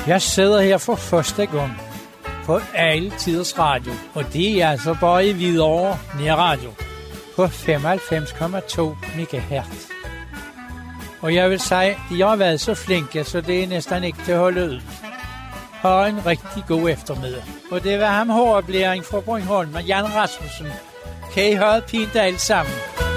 Jeg sidder her for første gang på Alle Tiders Radio, og det er altså bare i Hvidovre Nærradio på 95,2 MHz. Og jeg vil sige, de har været så flinke, så det er næsten ikke til at holde ud. Ha' en rigtig god eftermiddag. Og det var ham hårdoplæring fra Bornholm og Jan Rasmussen. Kan I have det pint alle sammen?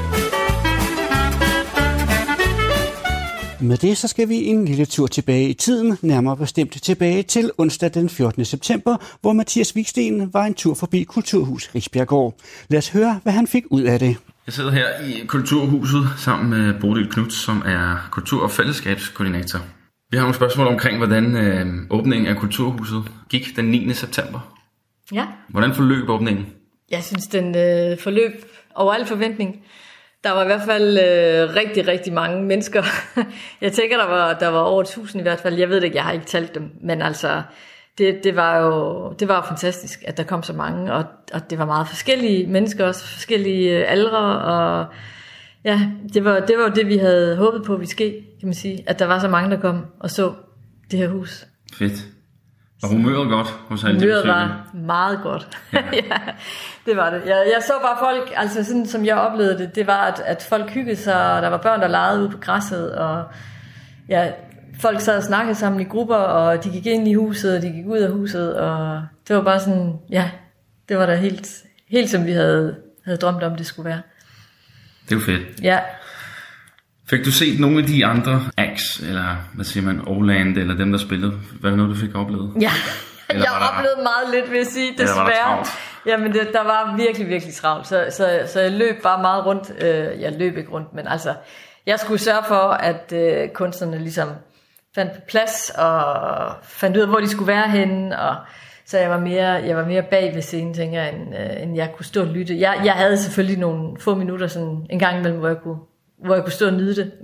Med det så skal vi en lille tur tilbage i tiden, nærmere bestemt tilbage til onsdag den 14. september, hvor Mathias Wiksten var en tur forbi Kulturhus Risbjerggård. Lad os høre, hvad han fik ud af det. Jeg sidder her i Kulturhuset sammen med Bodil Knudt, som er kultur- og fællesskabskoordinator. Vi har nogle spørgsmål omkring, hvordan åbningen af Kulturhuset gik den 9. september. Ja. Hvordan forløb åbningen? Jeg synes, den forløb over al forventning. Der var i hvert fald rigtig, rigtig mange mennesker. Jeg tænker, der var over 1000 i hvert fald. Jeg ved det ikke, jeg har ikke talt dem. Men altså, det var jo fantastisk, at der kom så mange. Og det var meget forskellige mennesker også, forskellige aldre. Og ja, det var jo det, vi havde håbet på, vi ske, kan man sige. At der var så mange, der kom og så det her hus. Fedt. Var humøret godt hos alle de besøgende? Humøret var meget godt. Ja. Ja, det var det. Jeg så bare folk, altså sådan som jeg oplevede det, det var, at folk hyggede sig, og der var børn, der legede ude på græsset, og ja, folk sad og snakkede sammen i grupper, og de gik ind i huset, og de gik ud af huset, og det var bare sådan, ja, det var da helt som vi havde drømt om, det skulle være. Det er jo fedt. Ja. Fik du set nogle af de andre acts, eller hvad siger man, Åland, eller dem, der spillede? Hvad var noget, du fik oplevet? Ja, jeg oplevede meget lidt, vil jeg sige, desværre. Jamen, der var virkelig, virkelig travlt, så jeg løb bare meget rundt. Jeg løb ikke rundt, men altså, jeg skulle sørge for, at kunstnerne ligesom fandt på plads, og fandt ud af, hvor de skulle være henne, og så jeg var mere bag ved scenen, tænker jeg, end jeg kunne stå og lytte. Jeg havde selvfølgelig nogle få minutter sådan en gang imellem, hvor jeg kunne stå og nyde det,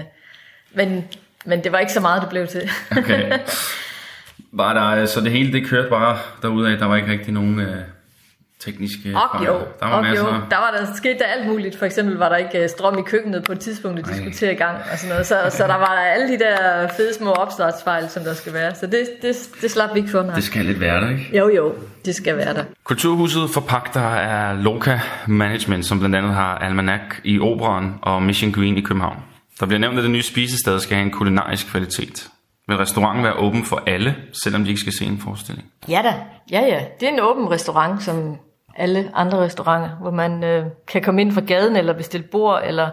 men det var ikke så meget, det blev til. Okay. Var der, så det hele, det kørte bare derudad, der var ikke rigtig nogen tekniske... Der skete der alt muligt. For eksempel var der ikke strøm i køkkenet på et tidspunkt, de skulle til i gang og sådan noget. Så der var der alle de der fede små opstartsfejl, som der skal være. Så det slap vi ikke for. Det skal lidt være der, ikke? Jo, det skal være der. Kulturhuset forpagter af Loka Management, som blandt andet har Almanac i Operan og Mission Green i København. Der bliver nævnt, at det nye spisested skal have en kulinarisk kvalitet. Vil restauranten være åben for alle, selvom de ikke skal se en forestilling? Ja da. Ja. Det er en åben restaurant, som alle andre restauranter, hvor man kan komme ind fra gaden eller bestille bord, eller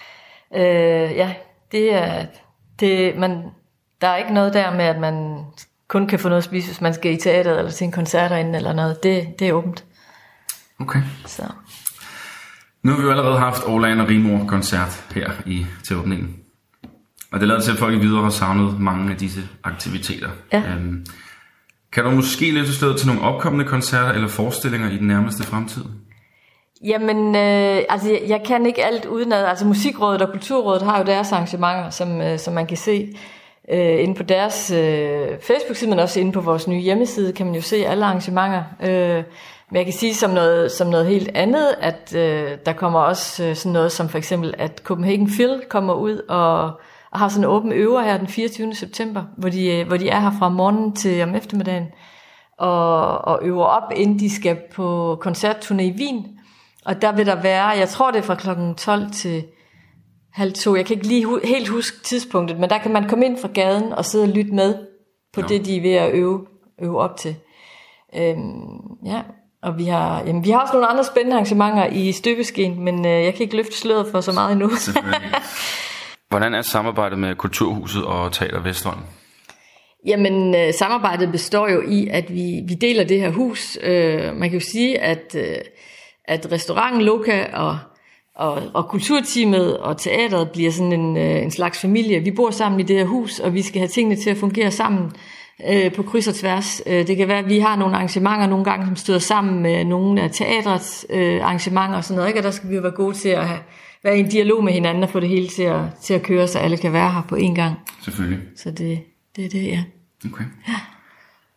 der er ikke noget der med, at man kun kan få noget at spise, hvis man skal i teateret eller til en koncert derinde eller noget. Det er åbent. Okay. Så. Nu har vi jo allerede haft Åland og Rimor-koncert her til åbningen. Og det lader til, at folk i Hvidovre har savnet mange af disse aktiviteter. Ja. Kan du måske løfte sløret til nogle opkommende koncerter eller forestillinger i den nærmeste fremtid? Jamen, altså jeg kan ikke alt udenad. Altså Musikrådet og Kulturrådet har jo deres arrangementer, som man kan se inde på deres Facebook-side, men også inde på vores nye hjemmeside, kan man jo se alle arrangementer. Men jeg kan sige som noget helt andet, at der kommer også sådan noget som for eksempel, at Copenhagen Phil kommer ud og har sådan en åben øver her den 24. september, hvor de er her fra morgenen til om eftermiddagen, og øver op, inden de skal på koncertturné i Wien. Og der vil der være, jeg tror det er fra klokken 12 til halv 2, jeg kan ikke lige helt huske tidspunktet, men der kan man komme ind fra gaden og sidde og lytte med på det, de er ved at øve op til. Ja, og vi har også nogle andre spændende arrangementer i støbeskeen, men jeg kan ikke løfte sløret for så meget endnu. Hvordan er samarbejdet med Kulturhuset og Teater Vestvolden? Jamen, samarbejdet består jo i, at vi deler det her hus. Man kan jo sige, at restauranten Loka og kulturteamet og teateret bliver sådan en slags familie. Vi bor sammen i det her hus, og vi skal have tingene til at fungere sammen på kryds og tværs. Det kan være, at vi har nogle arrangementer nogle gange, som støder sammen med nogle af teatrets arrangementer og sådan noget, ikke? Og der skal vi jo være gode til at være i en dialog med hinanden og få det hele til at køre, så alle kan være her på én gang. Selvfølgelig. Så det er det, ja. Okay. Ja.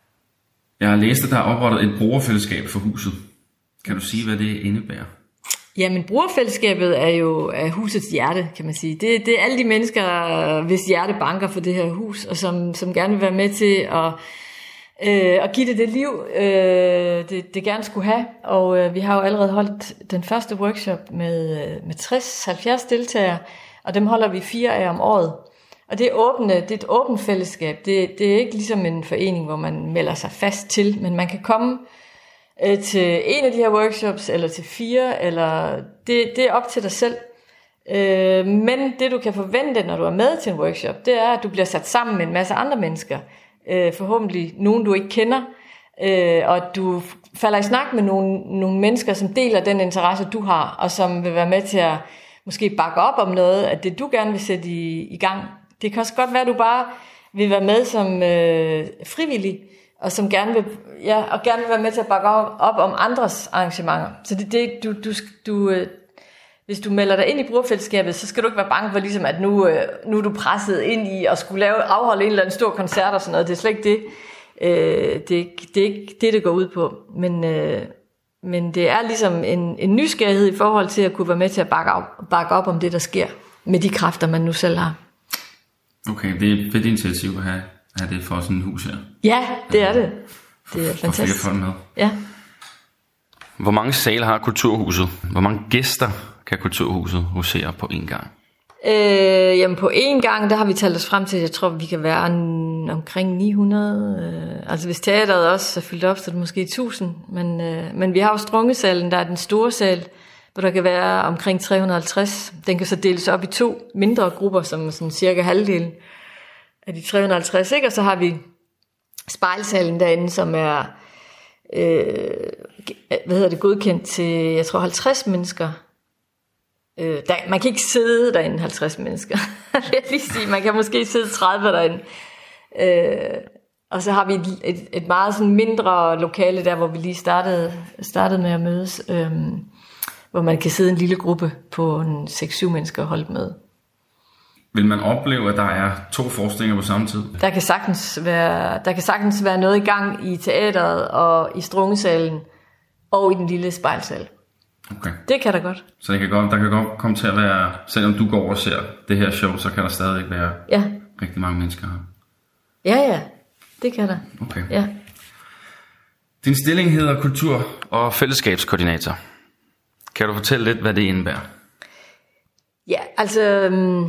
Jeg har læst, at der er oprettet et brugerfællesskab for huset. Kan du sige, hvad det indebærer? Jamen, brugerfællesskabet er jo husets hjerte, kan man sige. Det er alle de mennesker, hvis hjerte banker for det her hus, og som gerne vil være med til at give det liv, det gerne skulle have. Og vi har jo allerede holdt den første workshop med 60-70 deltagere, og dem holder vi 4 af om året. Og det er et åbent fællesskab. Det er ikke ligesom en forening, hvor man melder sig fast til, men man kan komme til en af de her workshops, eller til 4, eller det er op til dig selv. Men det du kan forvente, når du er med til en workshop, det er, at du bliver sat sammen med en masse andre mennesker. Forhåbentlig nogen du ikke kender, og at du falder i snak med nogle mennesker, som deler den interesse du har, og som vil være med til at måske bakke op om noget af det du gerne vil sætte i gang. Det kan også godt være, at du bare vil være med som frivillig, og som gerne vil være med til at bakke op om andres arrangementer. Så hvis du melder dig ind i brugerfællesskabet, så skal du ikke være bange for, ligesom, at nu er du presset ind i at skulle afholde en eller anden stor koncert og sådan noget. Det er slet ikke det. Det er ikke det går ud på. Men det er ligesom en nysgerrighed i forhold til at kunne være med til at bakke op om det, der sker med de kræfter, man nu selv har. Okay, det er et fedt initiativ at have det for sådan et hus her. Ja, det er det. Det er fantastisk. For med. Ja. Hvor mange sale har Kulturhuset? Hvor mange gæster kan Kulturhuset husere på én gang? Jamen på én gang, der har vi talt os frem til, jeg tror vi kan være omkring 900. Altså hvis teateret også er fyldt op, så er det måske 1000. Men vi har jo Strungesalen, der er den store sal, hvor der kan være omkring 350. Den kan så deles op i 2 mindre grupper, som er sådan cirka halvdelen af de 350. Ikke? Og så har vi Spejlsalen derinde, som er godkendt til, jeg tror 50 mennesker. Man kan ikke sidde derinde 50 mennesker. Det vil lige sige, man kan måske sidde 30 derinde. Og så har vi et meget sådan mindre lokale der, hvor vi lige startede med at mødes, hvor man kan sidde en lille gruppe på 6-7 mennesker og holde med. Vil man opleve, at der er 2 forestillinger på samme tid? Der kan sagtens være noget i gang i teateret og i Strungesalen og i den lille Spejlsal. Okay. Det kan der godt. Så der kan godt komme til at være, selvom du går over og ser det her show, så kan der stadig være rigtig mange mennesker her. Ja, det kan der. Okay. Ja. Din stilling hedder kultur- og fællesskabskoordinator. Kan du fortælle lidt, hvad det indebærer? Ja, altså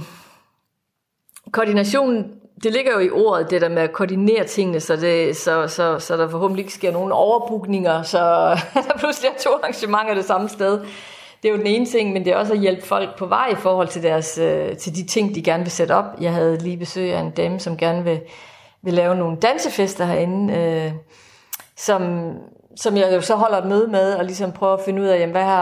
koordination, det ligger jo i ordet, det der med at koordinere tingene, så der forhåbentlig ikke sker nogen overbookninger, så der pludselig er 2 arrangementer det samme sted. Det er jo den ene ting, men det er også at hjælpe folk på vej i forhold til til de ting, de gerne vil sætte op. Jeg havde lige besøg af en dame, som gerne vil lave nogle dansefester herinde, som jeg jo så holder et møde med, og ligesom prøver at finde ud af, jamen, hvad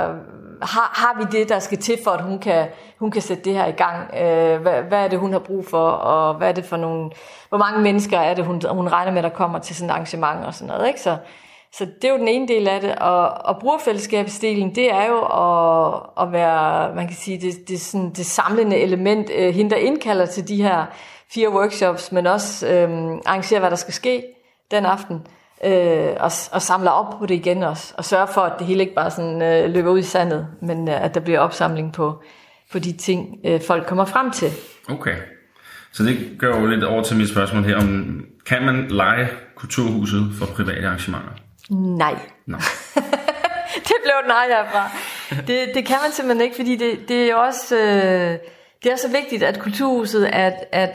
har vi det, der skal til for, at hun kan sætte det her i gang? Hvad er det, hun har brug for, og hvad er det for hvor mange mennesker er det, hun regner med, der kommer til sådan et arrangement og sådan noget, ikke? Så det er jo den ene del af det, og brugerfællesskabsdelen, det er jo at være, man kan sige, det samlende element, hende der indkalder til de her 4 workshops, men også arrangere, hvad der skal ske den aften, og samler op på det igen også, og sørge for, at det hele ikke bare sådan løber ud i sandet, men at der bliver opsamling på de ting, folk kommer frem til. Okay, så det gør jo lidt over til mit spørgsmål her, om kan man leje Kulturhuset for private arrangementer? Nej. No. Det blev et nej herfra. Det kan man simpelthen ikke, fordi det er jo også det er så vigtigt, at Kulturhuset er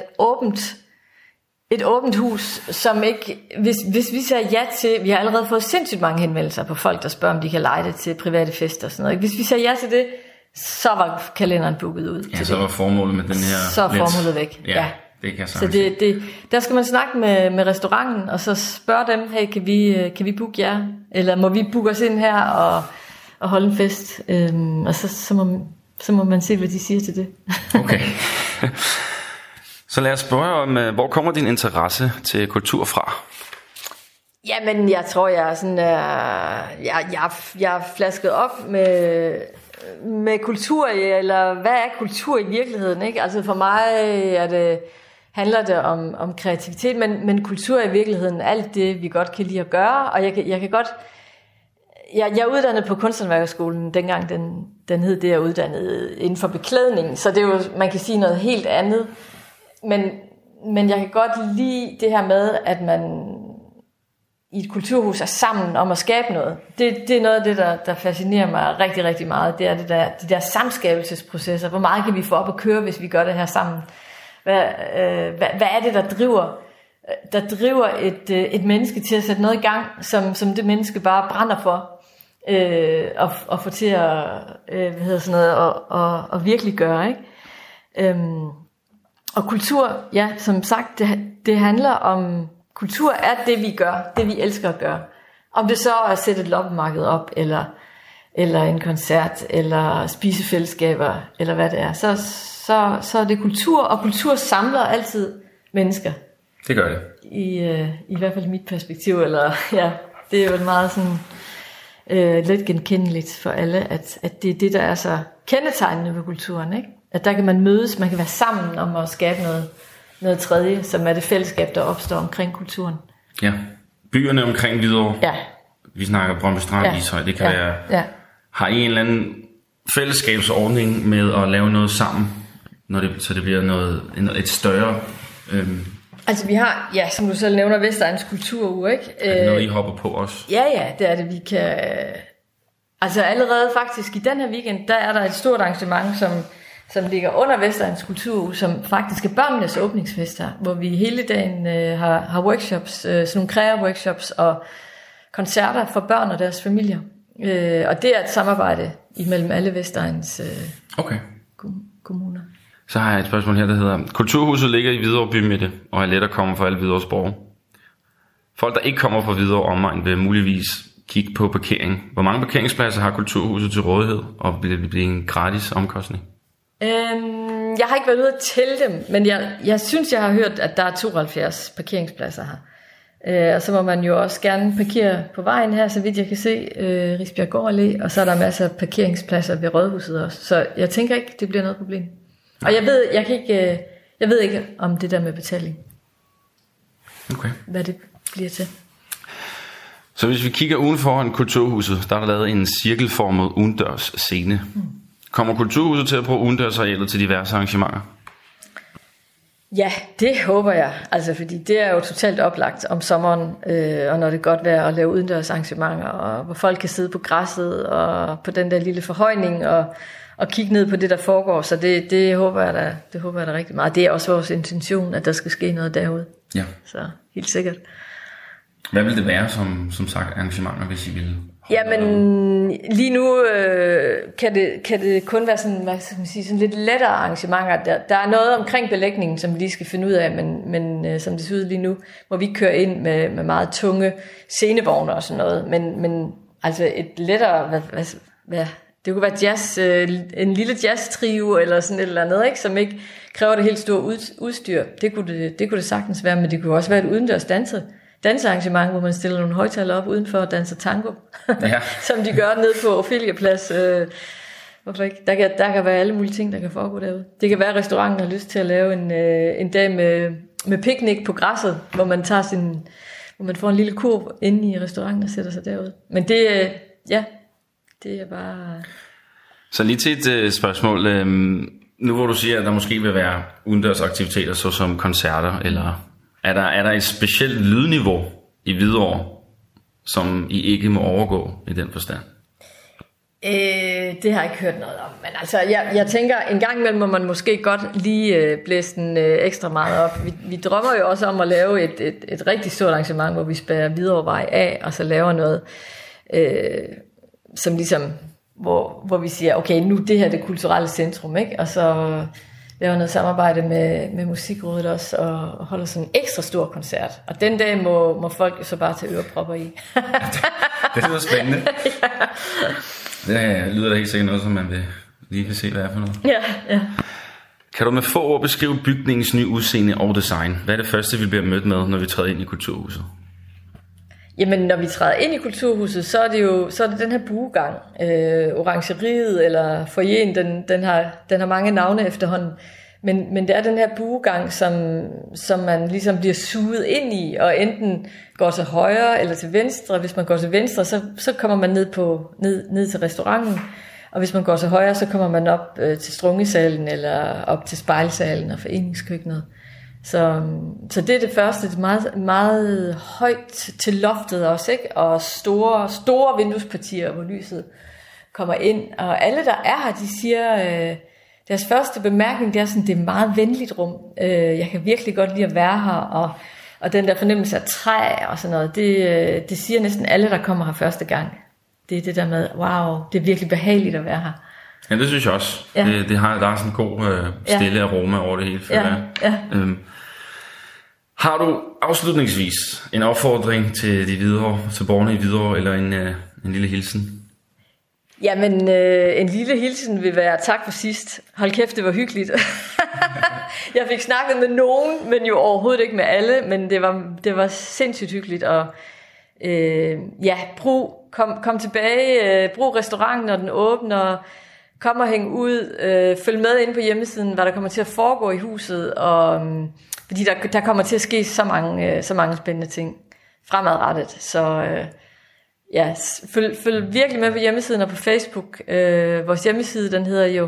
et åbent hus, som ikke, hvis vi siger ja til, vi har allerede fået sindssygt mange henvendelser på folk, der spørger, om de kan leje det til private fester og sådan noget. Hvis vi siger ja til det, så var kalenderen booket ud. Ja, så var formålet med den her... Så er formålet væk. Ja, det kan så der skal man snakke med restauranten, og så spørge dem, hey, kan vi booke jer? Eller må vi booke os ind her og holde en fest? Og så må man se, hvad de siger til det. Okay. Så lad os spørge om, hvor kommer din interesse til kultur fra? Jamen, jeg tror, jeg er sådan, jeg er flasket op med kultur, eller hvad er kultur i virkeligheden, ikke? Altså for mig handler det om kreativitet, men kultur er i virkeligheden alt det, vi godt kan lide at gøre, og jeg kan godt, Jeg er uddannet på Kunsthåndværkerskolen, dengang den hed det, jeg uddannet inden for beklædning, så det er jo, man kan sige noget helt andet. Men jeg kan godt lide det her med, at man i et kulturhus er sammen om at skabe noget. Det er noget af det, der fascinerer mig rigtig, rigtig meget. Det er de der samskabelsesprocesser. Hvor meget kan vi få op at køre, hvis vi gør det her sammen? Hvad er det, der driver et menneske til at sætte noget i gang, som det menneske bare brænder for, og få til at virkelig gøre, ikke? Og kultur, ja, som sagt, det handler om, kultur er det, vi gør, det vi elsker at gøre. Om det så er at sætte et loppemarked op, eller en koncert, eller spisefællesskaber, eller hvad det er, så er det kultur, og kultur samler altid mennesker. Det gør det. I hvert fald mit perspektiv, eller ja, det er jo meget sådan lidt genkendeligt for alle, at det er det, der er så kendetegnende ved kulturen, ikke? At der kan man mødes, man kan være sammen om at skabe noget tredje, som er det fællesskab, der opstår omkring kulturen. Ja, byerne omkring Hvidovre. Ja. Vi snakker Brøndby Strand, Ishøj. Det kan være... Ja. Har I en eller anden fællesskabsordning med at lave noget sammen, så det bliver et større... Altså vi har, ja, som du selv nævner, Vestegns Kulturuge, ikke? Er det noget, I hopper på også? Ja, det er det. Vi kan... Altså allerede faktisk i den her weekend, der er der et stort arrangement, som ligger under Vestegns Kulturuge, som faktisk er børnenes åbningsfester, hvor vi hele dagen har workshops, sådan nogle kreaworkshops og koncerter for børn og deres familier. Og det er et samarbejde imellem alle Vestegns kommuner. Så har jeg et spørgsmål her, der hedder: Kulturhuset ligger i Hvidovre Bymidte og er let at komme for alle Hvidovres borgere. Folk, der ikke kommer fra Hvidovre omegn, vil muligvis kigge på parkering. Hvor mange parkeringspladser har Kulturhuset til rådighed, og vil det blive en gratis omkostning? Jeg har ikke været ude at tælle dem, men jeg synes, jeg har hørt, at der er 72 parkeringspladser her. Og så må man jo også gerne parkere på vejen her, så vidt jeg kan se, Risbjerggård Allé, og så er der masser af parkeringspladser ved Rådhuset også. Så jeg tænker ikke, det bliver noget problem. Og jeg ved ikke om det der med betaling. Okay. Hvad det bliver til. Så hvis vi kigger uden foran Kulturhuset, der er der lavet en cirkelformet udendørs scene. Kommer Kulturhuset til at bruge udendørsarealet til diverse arrangementer? Ja, det håber jeg. Altså, fordi det er jo totalt oplagt om sommeren, og når det er godt vejr at lave udendørs arrangementer, og hvor folk kan sidde på græsset og på den der lille forhøjning og kigge ned på det, der foregår. Så det håber jeg da rigtig meget. Det er også vores intention, at der skal ske noget derude. Ja. Så helt sikkert. Hvad vil det være som sagt arrangementer, hvis I vil? Jamen, lige nu kan det kun være sådan, hvad skal man sige, sådan lidt lettere arrangementer. Der er noget omkring belægningen, som vi lige skal finde ud af, men som det ser ud lige nu, hvor vi kører ind med meget tunge scenevogne og sådan noget. Men altså et lettere, hvad det kunne være jazz, en lille jazz-trio eller sådan et eller andet, ikke, som ikke kræver det helt store udstyr. Det kunne det sagtens være, men det kunne også være et udendørs dansearrangement, hvor man stiller nogle højtalere op udenfor og danser tango, ja. Som de gør nede på Opheliaplads. Hvorfor ikke? Der kan være alle mulige ting, der kan foregå derude. Det kan være, at restauranten har lyst til at lave en dag med picnic på græsset, hvor man hvor man får en lille kurv inde i restauranten og sætter sig derude. Men det er bare... Så lige til et spørgsmål. Nu hvor du siger, at der måske vil være udendørs aktiviteter, såsom koncerter, eller er der et specielt lydniveau i Hvidovre, som I ikke må overgå i den forstand? Det har jeg ikke hørt noget om. Men altså, jeg tænker, en gang imellem må man måske godt lige blæse den ekstra meget op. Vi drømmer jo også om at lave et rigtig stort arrangement, hvor vi spærrer Hvidovrevej af, og så laver noget, som ligesom, hvor vi siger, okay, nu det her er det kulturelle centrum, ikke? Og så laver noget samarbejde med Musikrådet også, og holder sådan en ekstra stor koncert. Og den dag må folk så bare tage ørepropper i. Det lyder spændende. Ja. Det lyder da helt sikkert noget, som man vil se, hvad er for noget. Ja. Kan du med få ord beskrive bygningens nye udseende og design? Hvad er det første, vi bliver mødt med, når vi træder ind i Kulturhuset? Jamen, når vi træder ind i Kulturhuset, så er det den her buegang. Orangeriet eller foyeren, den har mange navne efterhånden. Men det er den her buegang, som man ligesom bliver suget ind i, og enten går til højre eller til venstre. Hvis man går til venstre, så kommer man ned til restauranten, og hvis man går til højre, så kommer man op til strungesalen, eller op til spejlsalen og foreningskøkkenet. Så det er det første, det er meget, meget højt til loftet også, ikke? Og store vinduespartier, hvor lyset kommer ind. Og alle, der er her, de siger, deres første bemærkning, det er sådan, det er et meget venligt rum. Jeg kan virkelig godt lide at være her, og den der fornemmelse af træ og sådan noget, det siger næsten alle, der kommer her første gang. Det er det der med, wow, det er virkelig behageligt at være her. Ja, det synes jeg også. Ja. Der er sådan en god stille aroma over det hele. Ja. Har du afslutningsvis en opfordring til til borgerne i Hvidovre, eller en lille hilsen? Jamen, en lille hilsen vil være tak for sidst. Hold kæft, det var hyggeligt. Jeg fik snakket med nogen, men jo overhovedet ikke med alle, men det var sindssygt hyggeligt. Og kom tilbage, brug restauranten, når den åbner, kom og hæng ud, følg med ind på hjemmesiden, hvad der kommer til at foregå i huset, og fordi der kommer til at ske så mange spændende ting fremadrettet. Så følg virkelig med på hjemmesiden og på Facebook. Vores hjemmeside, den hedder jo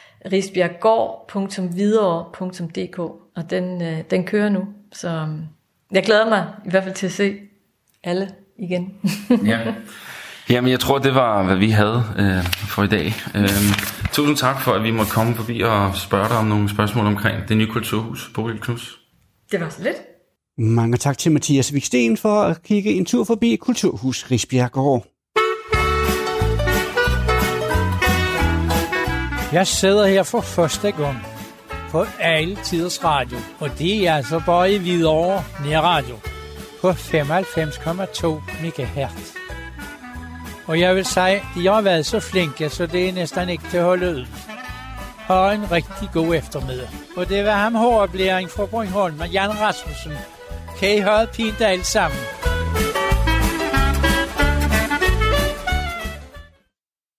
risbjerggård.hvidovre.dk, og den kører nu. Så jeg glæder mig i hvert fald til at se alle igen. Ja. Jamen, jeg tror, det var, hvad vi havde for i dag. Tusind tak for, at vi måtte komme forbi og spørge dig om nogle spørgsmål omkring det nye kulturhus, Bodil Knuds. Det var så lidt. Mange tak til Mathias Wiksten for at kigge en tur forbi Kulturhus Risbjerggård. Jeg sidder her for første gang på Alle Tiders Radio, og det er altså bare i Hvidovre Nærradio på 95,2 MHz. Og jeg vil sige, de har været så flinke, så det er næsten ikke til at holde ud. Ha' en rigtig god eftermiddag. Og det var ham hårdoplæring fra Bornholm og Jan Rasmussen. Kan I have det pint alle sammen?